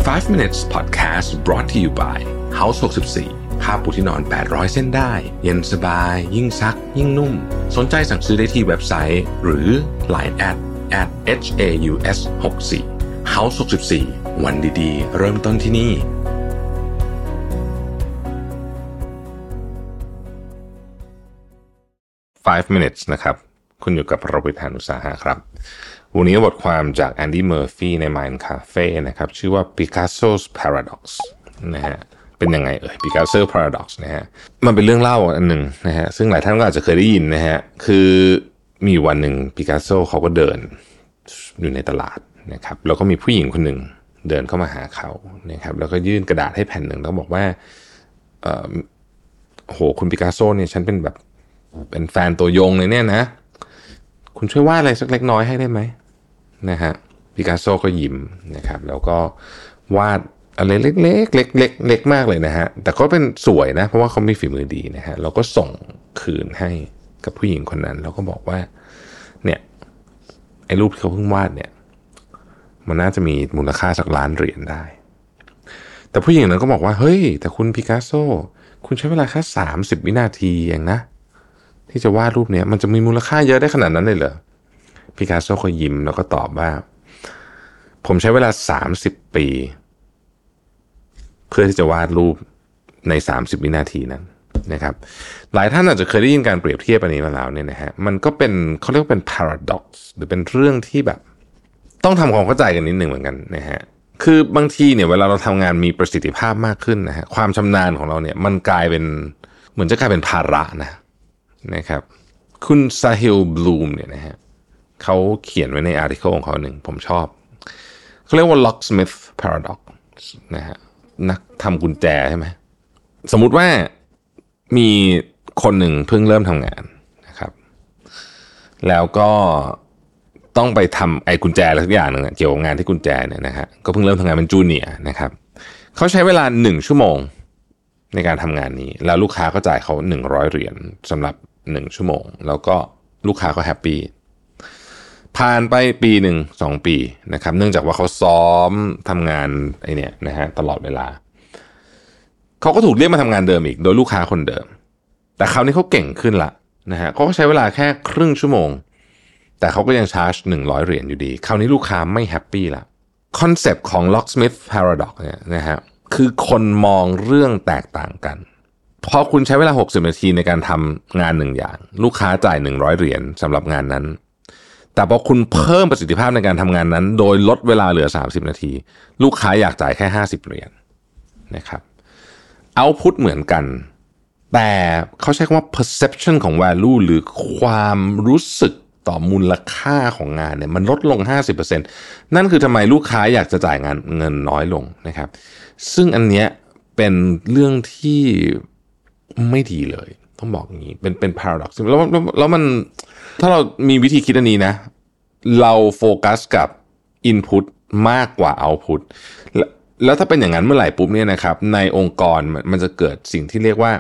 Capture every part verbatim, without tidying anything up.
five minutes podcast brought to you by House หกสิบสี่ผ้าปูที่นอนแปดร้อยเส้นได้เย็นสบายยิ่งซักยิ่งนุ่มสนใจสั่งซื้อได้ที่เว็บไซต์หรือ ไลน์ แอท แอท เอช เอ ยู เอส หกสิบสี่ House หกสิบสี่วันดีๆเริ่มต้นที่นี่ five minutes นะครับคุณอยู่กับโรเบิร์ต หาญอุตสาหะครับวันนี้บทความจากแอนดี้เมอร์ฟีใน Mind Cafe นะครับชื่อว่า Picasso's Paradox นะฮะเป็นยังไงเอ่ย Picasso Paradox นะฮะมันเป็นเรื่องเล่าอันหนึ่งนะฮะซึ่งหลายท่านก็อาจจะเคยได้ยินนะฮะคือมีวันหนึ่งปิกัสโซเขาก็เดินอยู่ในตลาดนะครับแล้วก็มีผู้หญิงคนหนึ่งเดินเข้ามาหาเขานะครับแล้วก็ยื่นกระดาษให้แผ่นหนึ่งแล้วบอกว่าเอ่อโหคุณปิกัสโซเนี่ยฉันเป็นแบบเป็นแฟนตัวยงเลยเนี่ยนะคุณช่วยวาดอะไรสักเล็กน้อยให้ได้ไหมนะฮะปิกัสโซก็ยิ้มนะครับแล้วก็วาดอะไรเล็กๆเล็กๆเล็กมากเลยนะฮะแต่ก็เป็นสวยนะเพราะว่าเขามีฝีมือดีนะฮะเราก็ส่งคืนให้กับผู้หญิงคนนั้นแล้วก็บอกว่าเนี่ยไอ้รูปที่เขาเพิ่งวาดเนี่ยมันน่าจะมีมูลค่าสักล้านเหรียญได้แต่ผู้หญิงนั้นก็บอกว่าเฮ้ยแต่คุณปิกัสโซคุณใช้เวลาแค่สามสิบวินาทีเองนะที่จะวาดรูปเนี้ยมันจะมีมูลค่าเยอะได้ขนาดนั้นเลยเหรอปิกัสโซก็ยิ้มแล้วก็ตอบว่าผมใช้เวลาสามสิบปีเพื่อที่จะวาดรูปในสามสิบวินาทีนั้นนะครับหลายท่านอาจจะเคยได้ยินการเปรียบเทียบอันนี้มาแล้วเนี่ยนะฮะมันก็เป็นเขาเรียกว่าเป็น paradox หรือเป็นเรื่องที่แบบต้องทำความเข้าใจกันนิดหนึ่งเหมือนกันนะฮะคือบางทีเนี่ยเวลาเราทำงานมีประสิทธิภาพมากขึ้นนะฮะความชำนาญของเราเนี่ยมันกลายเป็นเหมือนจะกลายเป็นภาระนะนะครับคุณซาฮิลบลูมเนี่ยนะฮะเขาเขียนไว้ในอาร์ติเคิลของเขาหนึ่งผมชอบเขาเรียกว่า locksmith paradox นะฮะนักทำกุญแจใช่ไหมสมมุติว่ามีคนหนึ่งเพิ่งเริ่มทำงานนะครับแล้วก็ต้องไปทำไอ้กุญแจอะไรสักอย่างหนึ่งเกี่ยวกับงานที่กุญแจเนี่ยนะฮะก็เพิ่งเริ่มทำงานเป็นจูเนียร์นะครับเขาใช้เวลาหนึ่งชั่วโมงในการทำงานนี้แล้วลูกค้าก็จ่ายเขาหนึ่งร้อยเหรียญสำหรับหนึ่งชั่วโมงแล้วก็ลูกค้าก็แฮปปี้ผ่านไปปีหนึ่งสองปีนะครับเนื่องจากว่าเขาซ้อมทำงานไอ้นี่นะฮะตลอดเวลาเขาก็ถูกเรียกมาทำงานเดิมอีกโดยลูกค้าคนเดิมแต่คราวนี้เขาเก่งขึ้นละนะฮะเขาก็ใช้เวลาแค่ครึ่งชั่วโมงแต่เขาก็ยังชาร์จหนึ่งร้อยเหรียญอยู่ดีคราวนี้ลูกค้าไม่แฮปปี้ละคอนเซปต์ของ locksmith paradox เนี่ยนะฮะคือคนมองเรื่องแตกต่างกันพอคุณใช้เวลาหกสิบนาทีในการทำงานหนึ่งอย่างลูกค้าจ่ายหนึ่งร้อยเหรียญสำหรับงานนั้นแต่พอคุณเพิ่มประสิทธิภาพในการทำงานนั้นโดยลดเวลาเหลือสามสิบนาทีลูกค้าอยากจ่ายแค่ห้าสิบเหรียญนะครับเอาท์พุตเหมือนกันแต่เขาใช้คำว่า perception ของ value หรือความรู้สึกต่อมูลค่าของงานเนี่ยมันลดลง ห้าสิบเปอร์เซ็นต์ นั่นคือทำไมลูกค้าอยากจะจ่ายงานเงินน้อยลงนะครับซึ่งอันเนี้ยเป็นเรื่องที่ไม่ดีเลยต้องบอกอย่างนี้เป็นเป็น paradox แล้วแล้วแล้วมันถ้าเรามีวิธีคิดอันนี้นะเราโฟกัสกับ input มากกว่า output แล้วแล้วถ้าเป็นอย่างนั้นเมื่อไหร่ปุ๊บเนี่ยนะครับในองค์กรมันจะเกิดสิ่งที่เรียกว่า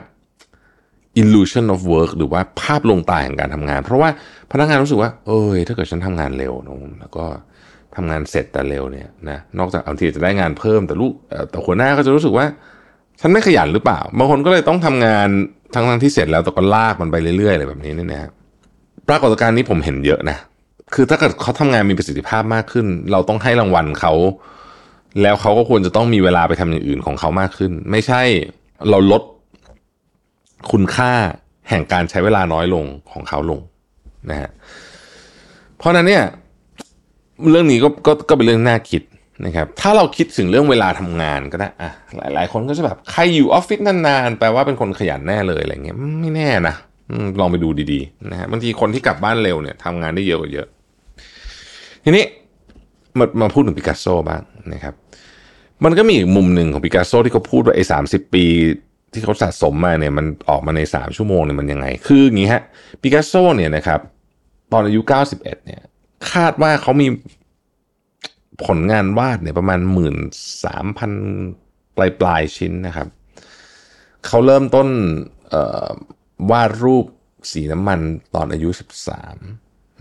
illusion of work หรือว่าภาพลวงตาแห่งการทำงานเพราะว่าพนักงานรู้สึกว่าเอ้ยถ้าเกิดฉันทำงานเร็วนะแล้วก็ทำงานเสร็จแต่เร็วเนี่ยนะนอกจากบางทีจะได้งานเพิ่มแต่ลูกแต่หัวหน้าก็จะรู้สึกว่าฉันไม่ขยันหรือเปล่าบางคนก็เลยต้องทำงานทั้งทั้งที่เสร็จแล้วแต่ก็ลากมันไปเรื่อยๆอะไรแบบนี้เนี่ยนะปรากฏการณ์นี้ผมเห็นเยอะนะคือถ้าเกิดเขาทำงานมีประสิทธิภาพมากขึ้นเราต้องให้รางวัลเขาแล้วเขาก็ควรจะต้องมีเวลาไปทำอย่างอื่นของเขามากขึ้นไม่ใช่เราลดคุณค่าแห่งการใช้เวลาน้อยลงของเขาลงนะฮะเพราะนั้นเนี่ยเรื่องนี้ก็ก็ก็เป็นเรื่องน่าคิดนะครับถ้าเราคิดถึงเรื่องเวลาทำงานก็ได้อ่ะหลายๆคนก็จะแบบใครอยู่ออฟฟิศนานๆแปลว่าเป็นคนขยันแน่เลยอะไรเงี้ยไม่แน่นะลองไปดูดีๆนะฮะบางทีคนที่กลับบ้านเร็วเนี่ยทำงานได้เยอะกว่าเยอะทีนี้มามาพูดถึงปิกัสโซบ้างนะครับมันก็มีอีกมุมหนึ่งของปิกัสโซที่เขาพูดว่าไอ้สามสิบปีที่เขาสะสมมาเนี่ยมันออกมาในสามชั่วโมงเนี่ยมันยังไงคืออย่างงี้ฮะปิกัสโซเนี่ยนะครับตอนอายุเก้าสิบเอ็ดเนี่ยคาดว่าเขามีผลงานวาดเนี่ยประมาณ หนึ่งหมื่นสามพัน ปลายปลายชิ้นนะครับเขาเริ่มต้นเอ่อวาดรูปสีน้ำมันตอนอายุสิบสาม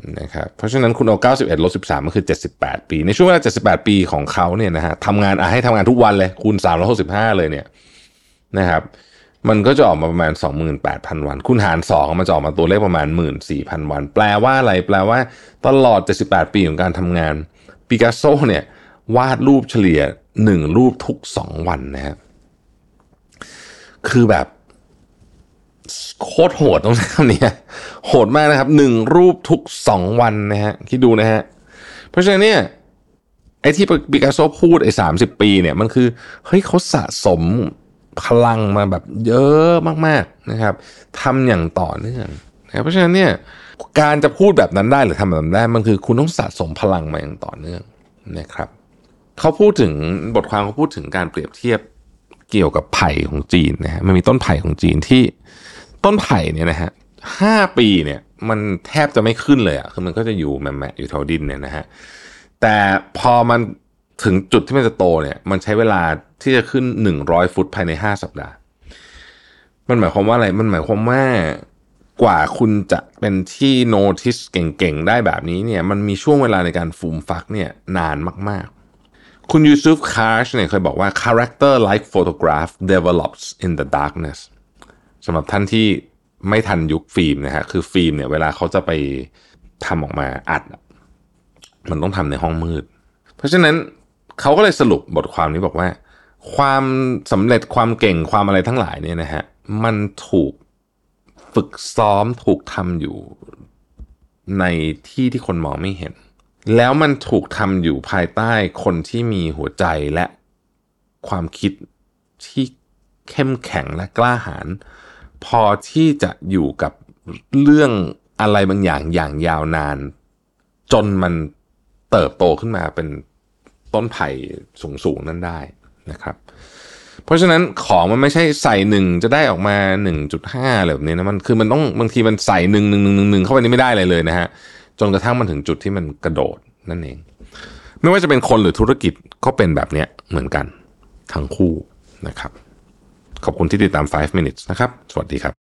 นะครับเพราะฉะนั้นคุณเอาเก้าสิบเอ็ดลบสิบสามมันคือเจ็ดสิบแปดปีในช่วงเวลาเจ็ดสิบแปดปีของเขาเนี่ยนะฮะทำงานอ่ะให้ทำงานทุกวันเลยคูณสามร้อยหกสิบห้าเลยเนี่ยนะครับมันก็จะออกมาประมาณ สองหมื่นแปดพัน วันคูณหารสองมันจะออกมาตัวเลขประมาณ หนึ่งหมื่นสี่พัน วันแปลว่าอะไรแปลว่าตลอดเจ็ดสิบแปดปีของการทำงานปิกัสโซเนี่ยวาดรูปเฉลี่ยหนึ่งรูปทุกสองวันนะฮะคือแบบโคตรโหดต้องใช้คำนี้โหดมากนะครับหนึ่งรูปทุกสองวันนะฮะคิดดูนะฮะเพราะฉะนั้นเนี่ยไอ้ที่ปิกัสโซพูดไอ้สามสิบปีเนี่ยมันคือเฮ้ยเขาสะสมพลังมาแบบเยอะมากๆนะครับทำอย่างต่อเนื่องนะเพราะฉะนั้นเนี่ยการจะพูดแบบนั้นได้หรือทำแบบนั้นได้มันคือคุณต้องสะสมพลังมาอย่างต่อเนื่องนะครับเขาพูดถึงบทความเขาพูดถึงการเปรียบเทียบเกี่ยวกับไผ่ของจีนนะฮะมันมีต้นไผ่ของจีนที่ต้นไผ่เนี่ยนะฮะห้าปีเนี่ยมันแทบจะไม่ขึ้นเลยอ่ะคือมันก็จะอยู่แหมะอยู่แถวดินเนี่ยนะฮะแต่พอมันถึงจุดที่มันจะโตเนี่ยมันใช้เวลาที่จะขึ้นหนึ่งร้อยฟุตภายในห้าสัปดาห์มันหมายความว่าอะไรมันหมายความว่ากว่าคุณจะเป็นที่โนติสเก่งๆได้แบบนี้เนี่ยมันมีช่วงเวลาในการฟูมฟักเนี่ยนานมากๆคุณยูซุฟคาร์ชเนี่ยเคยบอกว่า character like photograph develops in the darkness สำหรับท่านที่ไม่ทันยุคฟิล์มนะฮะคือฟิล์มเนี่ยเวลาเขาจะไปทำออกมาอัดมันต้องทำในห้องมืดเพราะฉะนั้นเขาก็เลยสรุปบทความนี้บอกว่าความสำเร็จความเก่งความอะไรทั้งหลายเนี่ยนะฮะมันถูกฝึกซ้อมถูกทำอยู่ในที่ที่คนมองไม่เห็นแล้วมันถูกทำอยู่ภายใต้คนที่มีหัวใจและความคิดที่เข้มแข็งและกล้าหาญพอที่จะอยู่กับเรื่องอะไรบางอย่างอย่างยาวนานจนมันเติบโตขึ้นมาเป็นต้นไผ่สูงๆนั่นได้นะครับเพราะฉะนั้นของมันไม่ใช่ใส่หนึ่งจะได้ออกมา หนึ่งจุดห้า อะไรแบบนี้นะมันคือมันต้องบางทีมันใส่หนึ่ง หนึ่ง หนึ่ง หนึ่งเข้าไปนี่ไม่ได้เลยเลยนะฮะจนกระทั่งมันถึงจุดที่มันกระโดดนั่นเองไม่ว่าจะเป็นคนหรือธุรกิจก็เป็นแบบนี้เหมือนกันทั้งคู่นะครับขอบคุณที่ติดตามไฟว์ minutes นะครับสวัสดีครับ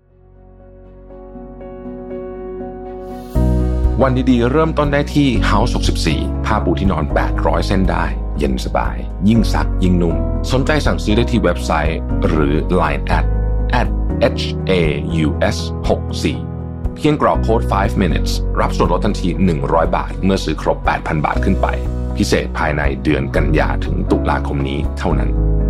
วันดีๆเริ่มต้นได้ที่ House หกสิบสี่ผ้าปูที่นอนแปดร้อยเส้นได้เย็นสบายยิ่งซักยิ่งนุ่มสนใจสั่งซื้อได้ที่เว็บไซต์หรือ ไลน์ แอท แอท เอช เอ ยู เอส หกสิบสี่ เพียงกรอกโค้ดไฟว์ minutes รับส่วนลดทันทีหนึ่งร้อยบาทเมื่อซื้อครบ แปดพัน บาทขึ้นไปพิเศษภายในเดือนกันยาถึงตุลาคมนี้เท่านั้น